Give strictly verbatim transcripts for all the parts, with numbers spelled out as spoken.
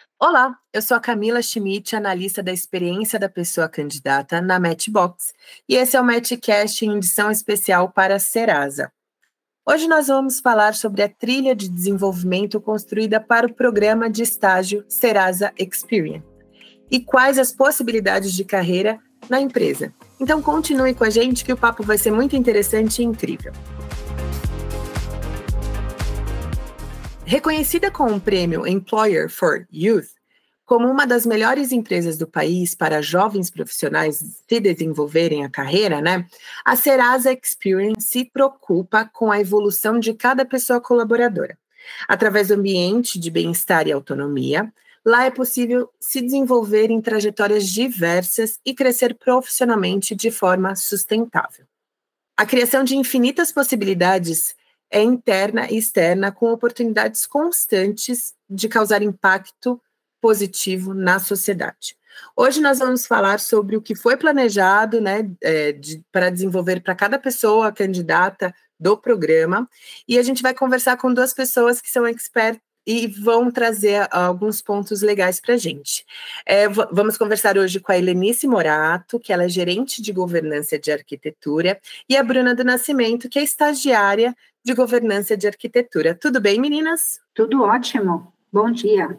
Olá, eu sou a Camila Schmidt, analista da experiência da pessoa candidata na Matchbox, e esse é o Matchcast em edição especial para a Serasa. Hoje nós vamos falar sobre a trilha de desenvolvimento construída para o programa de estágio Serasa Experience e quais as possibilidades de carreira na empresa. Então continue com a gente que o papo vai ser muito interessante e incrível. Reconhecida com o prêmio Employer for Youth como uma das melhores empresas do país para jovens profissionais se desenvolverem a carreira, né? A Serasa Experience se preocupa com a evolução de cada pessoa colaboradora. Através do ambiente de bem-estar e autonomia, lá é possível se desenvolver em trajetórias diversas e crescer profissionalmente de forma sustentável. A criação de infinitas possibilidades é interna e externa, com oportunidades constantes de causar impacto positivo na sociedade. Hoje nós vamos falar sobre o que foi planejado, né, é, de, para desenvolver para cada pessoa candidata do programa, e a gente vai conversar com duas pessoas que são expertas e vão trazer alguns pontos legais para a gente. É, v- vamos conversar hoje com a Helenice Morato, que ela é gerente de governança de arquitetura, e a Bruna do Nascimento, que é estagiária de governança de arquitetura. Tudo bem, meninas? Tudo ótimo. Bom dia.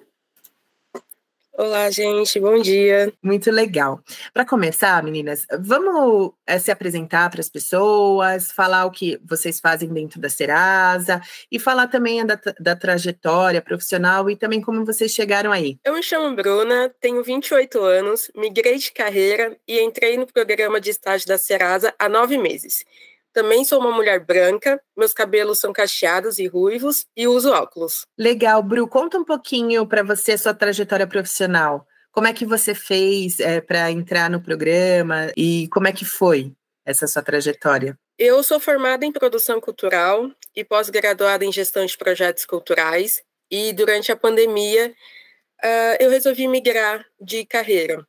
Olá, gente, bom dia. Muito legal. Para começar, meninas, vamos é, se apresentar para as pessoas, falar o que vocês fazem dentro da Serasa e falar também da, da trajetória profissional e também como vocês chegaram aí. Eu me chamo Bruna, tenho vinte e oito anos, migrei de carreira e entrei no programa de estágio da Serasa há nove meses. Também sou uma mulher branca, meus cabelos são cacheados e ruivos e uso óculos. Legal, Bru, conta um pouquinho para você a sua trajetória profissional. Como é que você fez é, para entrar no programa e como é que foi essa sua trajetória? Eu sou formada em produção cultural e pós-graduada em gestão de projetos culturais e durante a pandemia uh, eu resolvi migrar de carreira.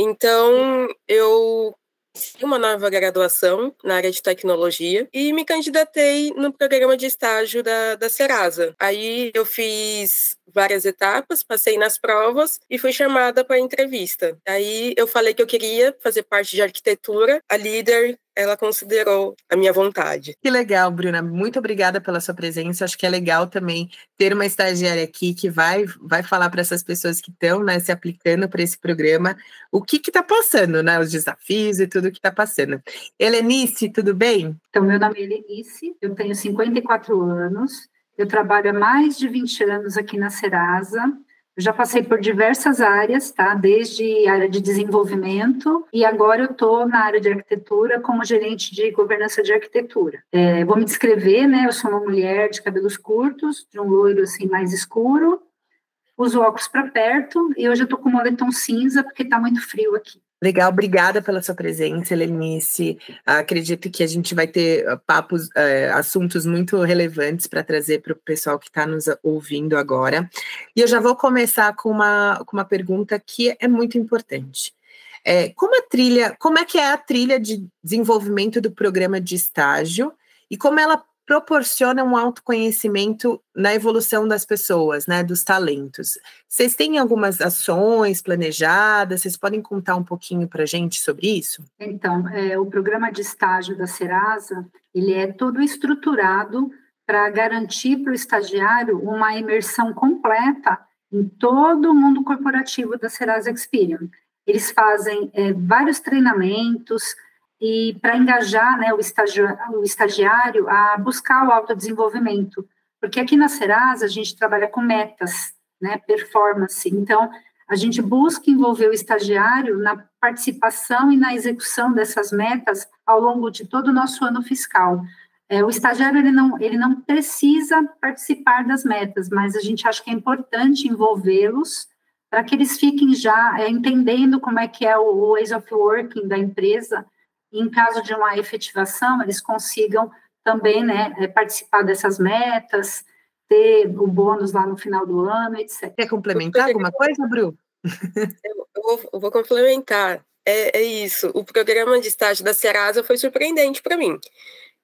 Então eu fiz uma nova graduação na área de tecnologia e me candidatei no programa de estágio da, da Serasa. Aí eu fiz várias etapas, passei nas provas e fui chamada para a entrevista. Aí eu falei que eu queria fazer parte de arquitetura. A líder, ela considerou a minha vontade. Que legal, Bruna. Muito obrigada pela sua presença. Acho que é legal também ter uma estagiária aqui que vai, vai falar para essas pessoas que estão, né, se aplicando para esse programa o que está passando, né, os desafios e tudo que está passando. Helenice, tudo bem? Então, meu nome é Helenice, eu tenho cinquenta e quatro anos, eu trabalho há mais de vinte anos aqui na Serasa. Eu já passei por diversas áreas, tá? Desde a área de desenvolvimento e agora eu estou na área de arquitetura como gerente de governança de arquitetura. É, vou me descrever, né? Eu sou uma mulher de cabelos curtos, de um loiro assim mais escuro, uso óculos para perto e hoje eu estou com moletom cinza porque está muito frio aqui. Legal, obrigada pela sua presença, Helenice. Acredito que a gente vai ter papos, uh, assuntos muito relevantes para trazer para o pessoal que está nos ouvindo agora. E eu já vou começar com uma, com uma pergunta que é muito importante. É, como a trilha, como é que é a trilha de desenvolvimento do programa de estágio e como ela proporciona um autoconhecimento na evolução das pessoas, né, dos talentos? Vocês têm algumas ações planejadas? Vocês podem contar um pouquinho para a gente sobre isso? Então, é, o programa de estágio da Serasa, ele é todo estruturado para garantir para o estagiário uma imersão completa em todo o mundo corporativo da Serasa Experience. Eles fazem é, vários treinamentos, e para engajar, né, o, estagiário, o estagiário a buscar o autodesenvolvimento, porque aqui na Serasa a gente trabalha com metas, né, performance, então a gente busca envolver o estagiário na participação e na execução dessas metas ao longo de todo o nosso ano fiscal. É, o estagiário ele não, ele não precisa participar das metas, mas a gente acha que é importante envolvê-los para que eles fiquem já é, entendendo como é que é o, o ways of working da empresa. Em caso de uma efetivação, eles consigam também, né, participar dessas metas, ter o bônus lá no final do ano, etcétera. Quer complementar alguma coisa, Bru? Eu, eu, vou, eu vou complementar. É, é isso. O programa de estágio da Serasa foi surpreendente para mim.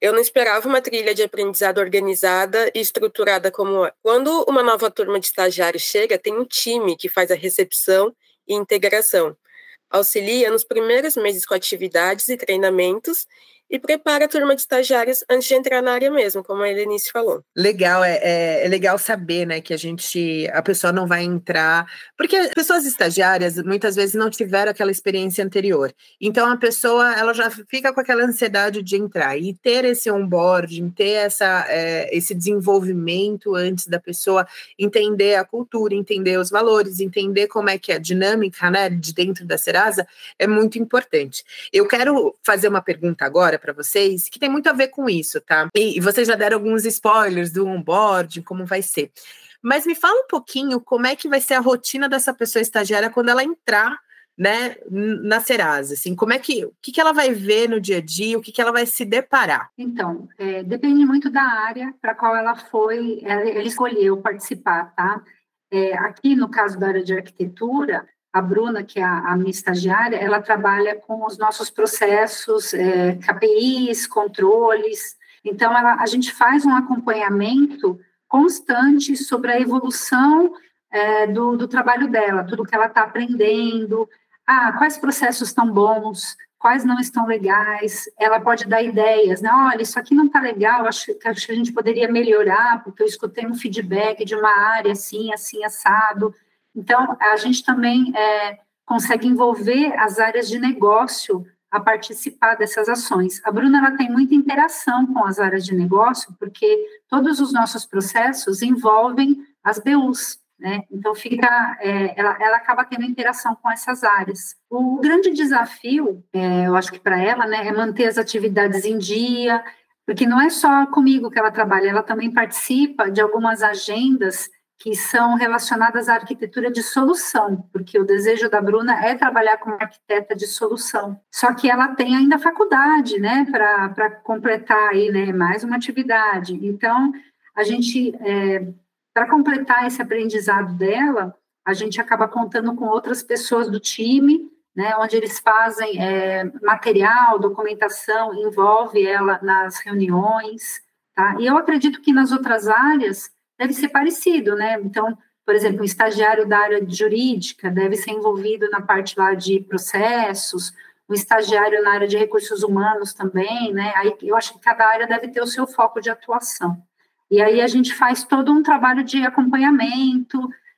Eu não esperava uma trilha de aprendizado organizada e estruturada como é. Quando uma nova turma de estagiários chega, tem um time que faz a recepção e integração. Auxilia nos primeiros meses com atividades e treinamentos e prepara a turma de estagiários antes de entrar na área mesmo, como a Helenice falou. Legal, é, é, é legal saber, né, que a gente, a pessoa não vai entrar, porque as pessoas estagiárias muitas vezes não tiveram aquela experiência anterior, então a pessoa, ela já fica com aquela ansiedade de entrar, e ter esse onboarding, ter essa, é, esse desenvolvimento antes da pessoa entender a cultura, entender os valores, entender como é que é a dinâmica, né, de dentro da Serasa, é muito importante. Eu quero fazer uma pergunta agora para vocês, que tem muito a ver com isso, tá? E, e vocês já deram alguns spoilers do onboarding, como vai ser. Mas me fala um pouquinho como é que vai ser a rotina dessa pessoa estagiária quando ela entrar, né, na Serasa, assim, como é que, o que, que ela vai ver no dia a dia, o que, que ela vai se deparar? Então, é, depende muito da área para qual ela foi, ela, ela escolheu participar, tá? É, aqui, no caso da área de arquitetura, a Bruna, que é a, a minha estagiária, ela trabalha com os nossos processos, é, K P Is, controles. Então, ela, a gente faz um acompanhamento constante sobre a evolução é, do, do trabalho dela, tudo que ela está aprendendo, ah, quais processos estão bons, quais não estão legais. Ela pode dar ideias, né? Olha, isso aqui não está legal, acho, acho que a gente poderia melhorar, porque eu escutei um feedback de uma área assim, assim, assado. Então, a gente também é, consegue envolver as áreas de negócio a participar dessas ações. A Bruna ela tem muita interação com as áreas de negócio, porque todos os nossos processos envolvem as B Us, né? Então, fica, é, ela, ela acaba tendo interação com essas áreas. O grande desafio, é, eu acho que para ela, né, é manter as atividades em dia, porque não é só comigo que ela trabalha, ela também participa de algumas agendas que são relacionadas à arquitetura de solução, porque o desejo da Bruna é trabalhar como arquiteta de solução. Só que ela tem ainda faculdade, né, para completar aí, né, mais uma atividade. Então, a gente, é, para completar esse aprendizado dela, a gente acaba contando com outras pessoas do time, né, onde eles fazem é, material, documentação, envolve ela nas reuniões, tá? E eu acredito que nas outras áreas deve ser parecido, né? Então, por exemplo, um estagiário da área jurídica deve ser envolvido na parte lá de processos, um estagiário na área de recursos humanos também, né? Aí eu acho que cada área deve ter o seu foco de atuação. E aí a gente faz todo um trabalho de acompanhamento,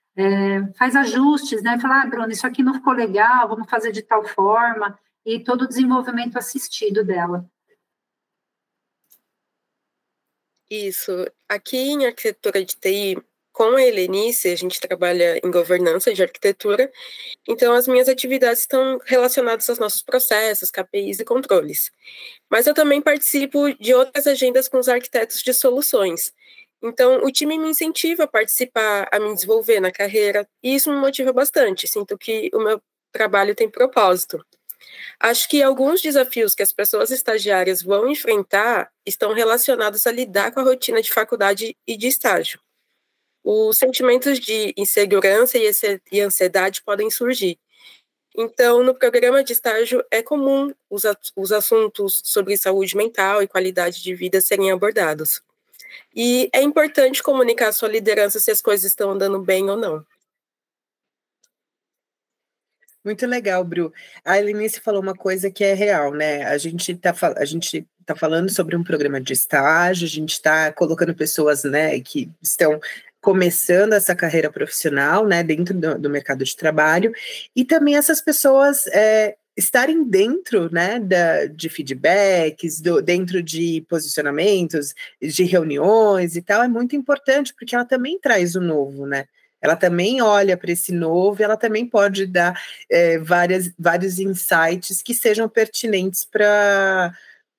é, faz ajustes, né? Fala, ah, Bruna, isso aqui não ficou legal, vamos fazer de tal forma, e todo o desenvolvimento assistido dela. Isso. Aqui em arquitetura de T I, com a Helenice, a gente trabalha em governança de arquitetura, então as minhas atividades estão relacionadas aos nossos processos, K P Is e controles. Mas eu também participo de outras agendas com os arquitetos de soluções. Então, o time me incentiva a participar, a me desenvolver na carreira, e isso me motiva bastante. Sinto que o meu trabalho tem propósito. Acho que alguns desafios que as pessoas estagiárias vão enfrentar estão relacionados a lidar com a rotina de faculdade e de estágio. Os sentimentos de insegurança e ansiedade podem surgir. Então, no programa de estágio, é comum os, os assuntos sobre saúde mental e qualidade de vida serem abordados. E é importante comunicar à sua liderança se as coisas estão andando bem ou não. Muito legal, Bru. A Helenice falou uma coisa que é real, né? A gente está a gente tá falando sobre um programa de estágio, a gente está colocando pessoas, né, que estão começando essa carreira profissional, né, dentro do, do mercado de trabalho, e também essas pessoas é, estarem dentro, né, da, de feedbacks, do, dentro de posicionamentos, de reuniões e tal, é muito importante, porque ela também traz o novo, né? Ela também olha para esse novo, ela também pode dar é, várias, vários insights que sejam pertinentes para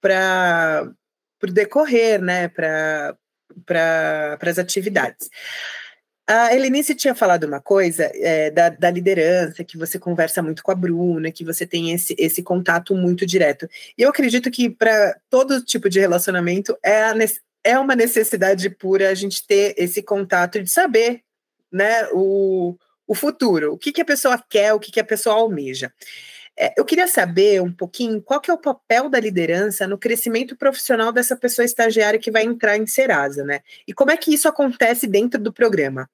o decorrer, né, para pra, as atividades. A Helenice tinha falado uma coisa é, da, da liderança, que você conversa muito com a Bruna, que você tem esse, esse contato muito direto. E eu acredito que para todo tipo de relacionamento é, a, é uma necessidade pura a gente ter esse contato de saber, né, o, o futuro, o que, que a pessoa quer, o que, que a pessoa almeja. É, eu queria saber um pouquinho qual que é o papel da liderança no crescimento profissional dessa pessoa estagiária que vai entrar em Serasa, né? E como é que isso acontece dentro do programa?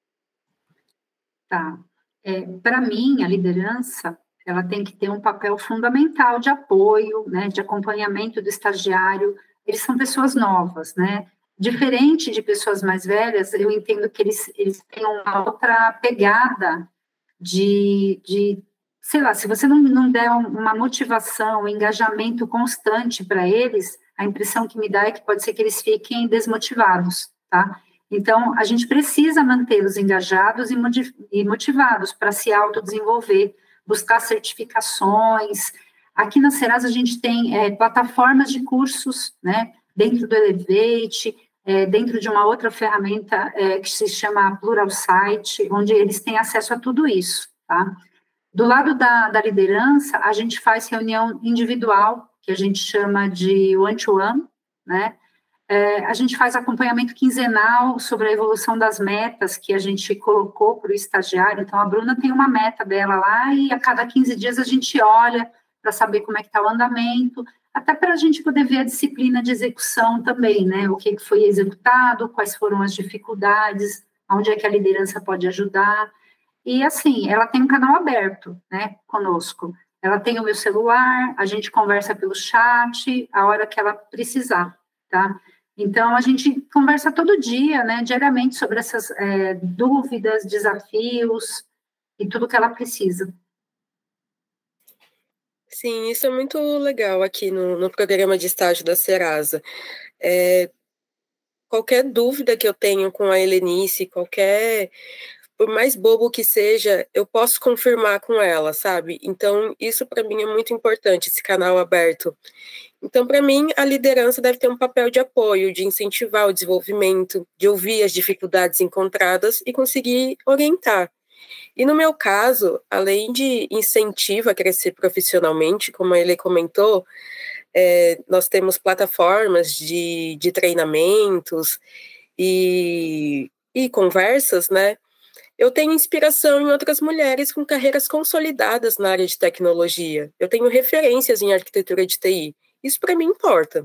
Tá. É, para mim, a liderança, ela tem que ter um papel fundamental de apoio, né, de acompanhamento do estagiário. Eles são pessoas novas, né? Diferente de pessoas mais velhas, eu entendo que eles, eles têm uma outra pegada de, de sei lá, se você não, não der uma motivação, um engajamento constante para eles, a impressão que me dá é que pode ser que eles fiquem desmotivados, tá? Então, a gente precisa mantê-los engajados e motivados para se autodesenvolver, buscar certificações. Aqui na Serasa a gente tem é, plataformas de cursos, né, dentro do Elevate, é, dentro de uma outra ferramenta é, que se chama Pluralsight, onde eles têm acesso a tudo isso, tá? Do lado da, da liderança, a gente faz reunião individual, que a gente chama de one-to-one, né? É, a gente faz acompanhamento quinzenal sobre a evolução das metas que a gente colocou para o estagiário. Então, a Bruna tem uma meta dela lá e a cada quinze dias a gente olha para saber como é que está o andamento, até para a gente poder ver a disciplina de execução também, né? O que foi executado, quais foram as dificuldades, onde é que a liderança pode ajudar. E, assim, ela tem um canal aberto, né, conosco. Ela tem o meu celular, a gente conversa pelo chat, a hora que ela precisar, tá? Então, a gente conversa todo dia, né, diariamente, sobre essas é, dúvidas, desafios e tudo que ela precisa. Sim, isso é muito legal aqui no, no programa de estágio da Serasa. É, qualquer dúvida que eu tenho com a Helenice, qualquer, por mais bobo que seja, eu posso confirmar com ela, sabe? Então, isso para mim é muito importante, esse canal aberto. Então, para mim, a liderança deve ter um papel de apoio, de incentivar o desenvolvimento, de ouvir as dificuldades encontradas e conseguir orientar. E no meu caso, além de incentivo a crescer profissionalmente, como ele comentou, é, nós temos plataformas de, de treinamentos e, e conversas, né? Eu tenho inspiração em outras mulheres com carreiras consolidadas na área de tecnologia. Eu tenho referências em arquitetura de T I. Isso para mim importa.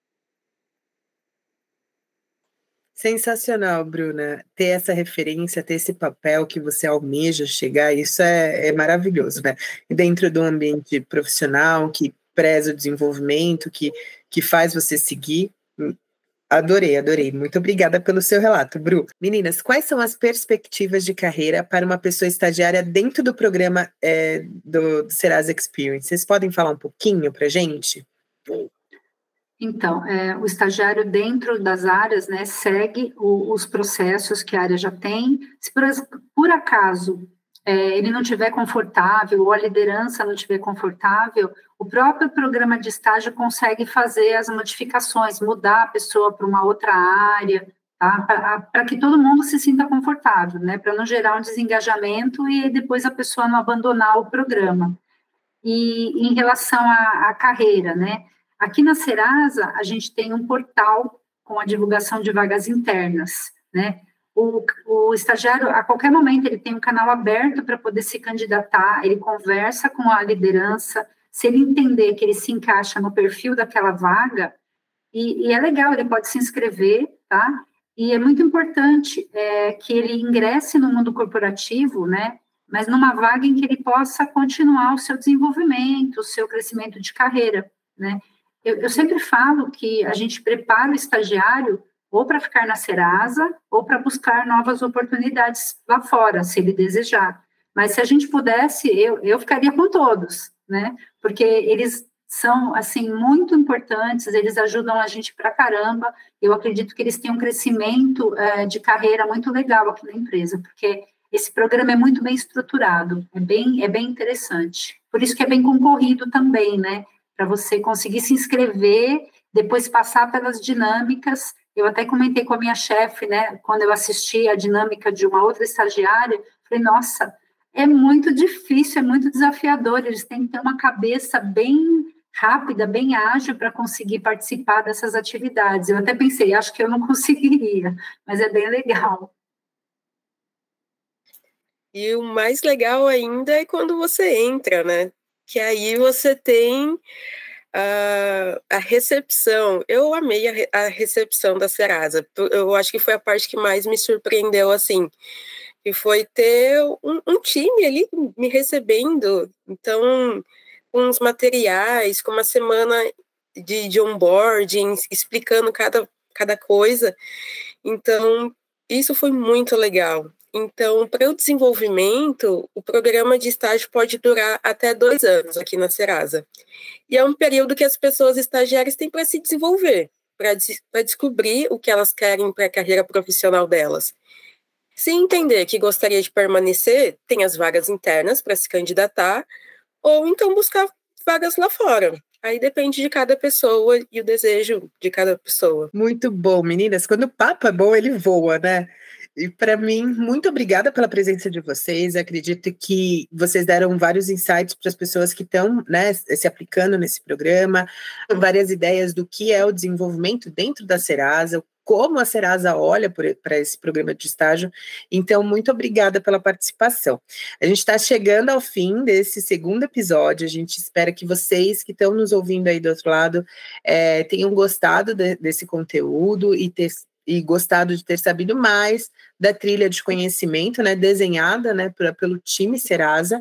Sensacional, Bruna. Ter essa referência, ter esse papel que você almeja chegar, isso é, é maravilhoso, né? E dentro do ambiente profissional, que preza o desenvolvimento, que, que faz você seguir. Adorei, adorei. Muito obrigada pelo seu relato, Bru. Meninas, quais são as perspectivas de carreira para uma pessoa estagiária dentro do programa é, do, do Serasa Experience? Vocês podem falar um pouquinho para a gente? Então, é, o estagiário dentro das áreas, né, segue o, os processos que a área já tem. Se por, por acaso é, ele não estiver confortável ou a liderança não estiver confortável, o próprio programa de estágio consegue fazer as modificações, mudar a pessoa para uma outra área, tá? Para que todo mundo se sinta confortável, né, para não gerar um desengajamento e depois a pessoa não abandonar o programa. E em relação à, à carreira, né, aqui na Serasa, a gente tem um portal com a divulgação de vagas internas, né? O, o estagiário, a qualquer momento, ele tem um canal aberto para poder se candidatar, ele conversa com a liderança, se ele entender que ele se encaixa no perfil daquela vaga, e, e é legal, ele pode se inscrever, tá? E é muito importante é, que ele ingresse no mundo corporativo, né? Mas numa vaga em que ele possa continuar o seu desenvolvimento, o seu crescimento de carreira, né? Eu, eu sempre falo que a gente prepara o estagiário ou para ficar na Serasa ou para buscar novas oportunidades lá fora, se ele desejar. Mas se a gente pudesse, eu, eu ficaria com todos, né? Porque eles são, assim, muito importantes, eles ajudam a gente pra caramba. Eu acredito que eles têm um crescimento é, de carreira muito legal aqui na empresa, porque esse programa é muito bem estruturado, é bem, é bem interessante. Por isso que é bem concorrido também, né? Para você conseguir se inscrever, depois passar pelas dinâmicas. Eu até comentei com a minha chefe, né, quando eu assisti a dinâmica de uma outra estagiária, falei, nossa, é muito difícil, é muito desafiador, eles têm que ter uma cabeça bem rápida, bem ágil para conseguir participar dessas atividades. Eu até pensei, acho que eu não conseguiria, mas é bem legal. E o mais legal ainda é quando você entra, né? que aí você tem uh, a recepção. Eu amei a, re- a recepção da Serasa. Eu acho que foi a parte que mais me surpreendeu, assim, que foi ter um, um time ali me recebendo. Então, com os materiais, com uma semana de, de onboarding, explicando cada, cada coisa. Então, isso foi muito legal. Então, para o desenvolvimento, o programa de estágio pode durar até dois anos aqui na Serasa. E é um período que as pessoas estagiárias têm para se desenvolver, para des- para descobrir o que elas querem para a carreira profissional delas. Se entender que gostaria de permanecer, tem as vagas internas para se candidatar, ou então buscar vagas lá fora. Aí depende de cada pessoa e o desejo de cada pessoa. Muito bom, meninas. Quando o papo é bom, ele voa, né? E para mim, muito obrigada pela presença de vocês. Acredito que vocês deram vários insights para as pessoas que estão, né, se aplicando nesse programa, várias ideias do que é o desenvolvimento dentro da Serasa, como a Serasa olha para esse programa de estágio. Então, muito obrigada pela participação. A gente está chegando ao fim desse segundo episódio. A gente espera que vocês que estão nos ouvindo aí do outro lado é, tenham gostado de, desse conteúdo e ter e gostado de ter sabido mais da trilha de conhecimento, né, desenhada, né, pra, pelo time Serasa.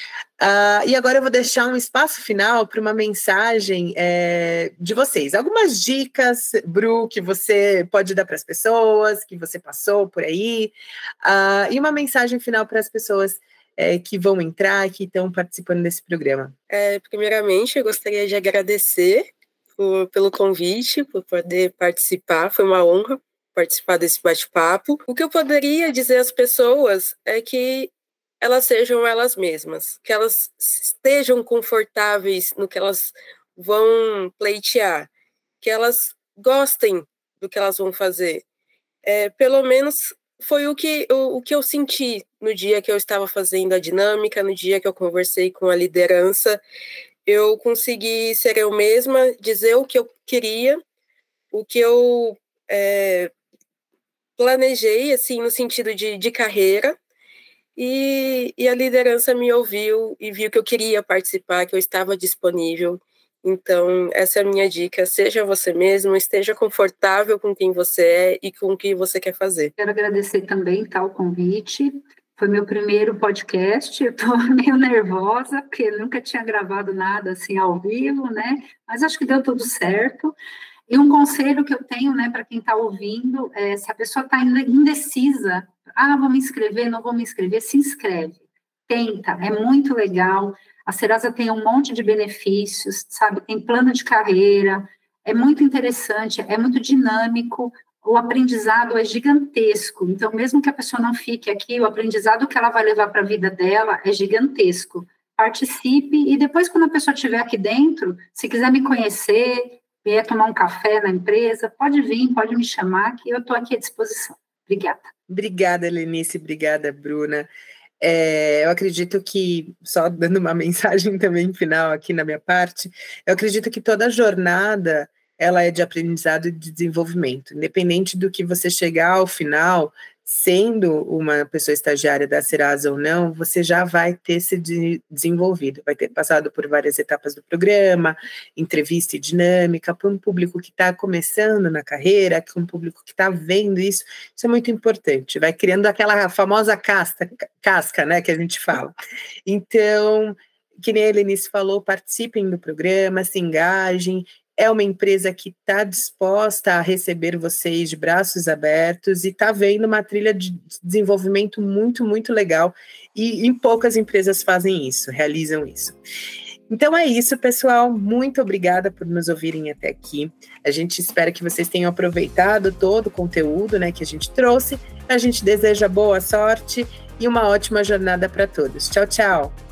Uh, e agora eu vou deixar um espaço final para uma mensagem é, de vocês. Algumas dicas, Bru, que você pode dar para as pessoas, que você passou por aí, uh, e uma mensagem final para as pessoas é, que vão entrar, que estão participando desse programa. É, primeiramente, eu gostaria de agradecer por, pelo convite, por poder participar. Foi uma honra participar desse bate-papo. O que eu poderia dizer às pessoas é que elas sejam elas mesmas, que elas estejam confortáveis no que elas vão pleitear, que elas gostem do que elas vão fazer. É, pelo menos foi o que, o, o que eu senti no dia que eu estava fazendo a dinâmica, no dia que eu conversei com a liderança. Eu consegui ser eu mesma, dizer o que eu queria, o que eu é, planejei, assim, no sentido de, de carreira, e, e a liderança me ouviu e viu que eu queria participar, que eu estava disponível. Então, essa é a minha dica. Seja você mesmo, esteja confortável com quem você é e com o que você quer fazer. Quero agradecer também, tá, o convite. Foi meu primeiro podcast, eu estou meio nervosa, porque eu nunca tinha gravado nada assim ao vivo, né? Mas acho que deu tudo certo. E um conselho que eu tenho, né, para quem está ouvindo, é se a pessoa está indecisa, ah, vou me inscrever, não vou me inscrever, se inscreve. Tenta, é muito legal. A Serasa tem um monte de benefícios, sabe? Tem plano de carreira, é muito interessante, é muito dinâmico. O aprendizado é gigantesco, então mesmo que a pessoa não fique aqui, o aprendizado que ela vai levar para a vida dela é gigantesco. Participe e depois, quando a pessoa estiver aqui dentro, se quiser me conhecer, vier tomar um café na empresa, pode vir, pode me chamar, que eu estou aqui à disposição. Obrigada. Obrigada, Lenice, obrigada, Bruna. É, eu acredito que, só dando uma mensagem também final aqui na minha parte, eu acredito que toda jornada ela é de aprendizado e de desenvolvimento. Independente do que você chegar ao final, sendo uma pessoa estagiária da Serasa ou não, você já vai ter se de desenvolvido, vai ter passado por várias etapas do programa, entrevista e dinâmica, para um público que está começando na carreira, que um público que está vendo isso, isso é muito importante, vai criando aquela famosa casca, casca, né, que a gente fala. Então, que nem a Lenice falou, participem do programa, se engajem. É uma empresa que está disposta a receber vocês de braços abertos e está vendo uma trilha de desenvolvimento muito, muito legal. E em poucas empresas fazem isso, realizam isso. Então é isso, pessoal. Muito obrigada por nos ouvirem até aqui. A gente espera que vocês tenham aproveitado todo o conteúdo, né, que a gente trouxe. A gente deseja boa sorte e uma ótima jornada para todos. Tchau, tchau!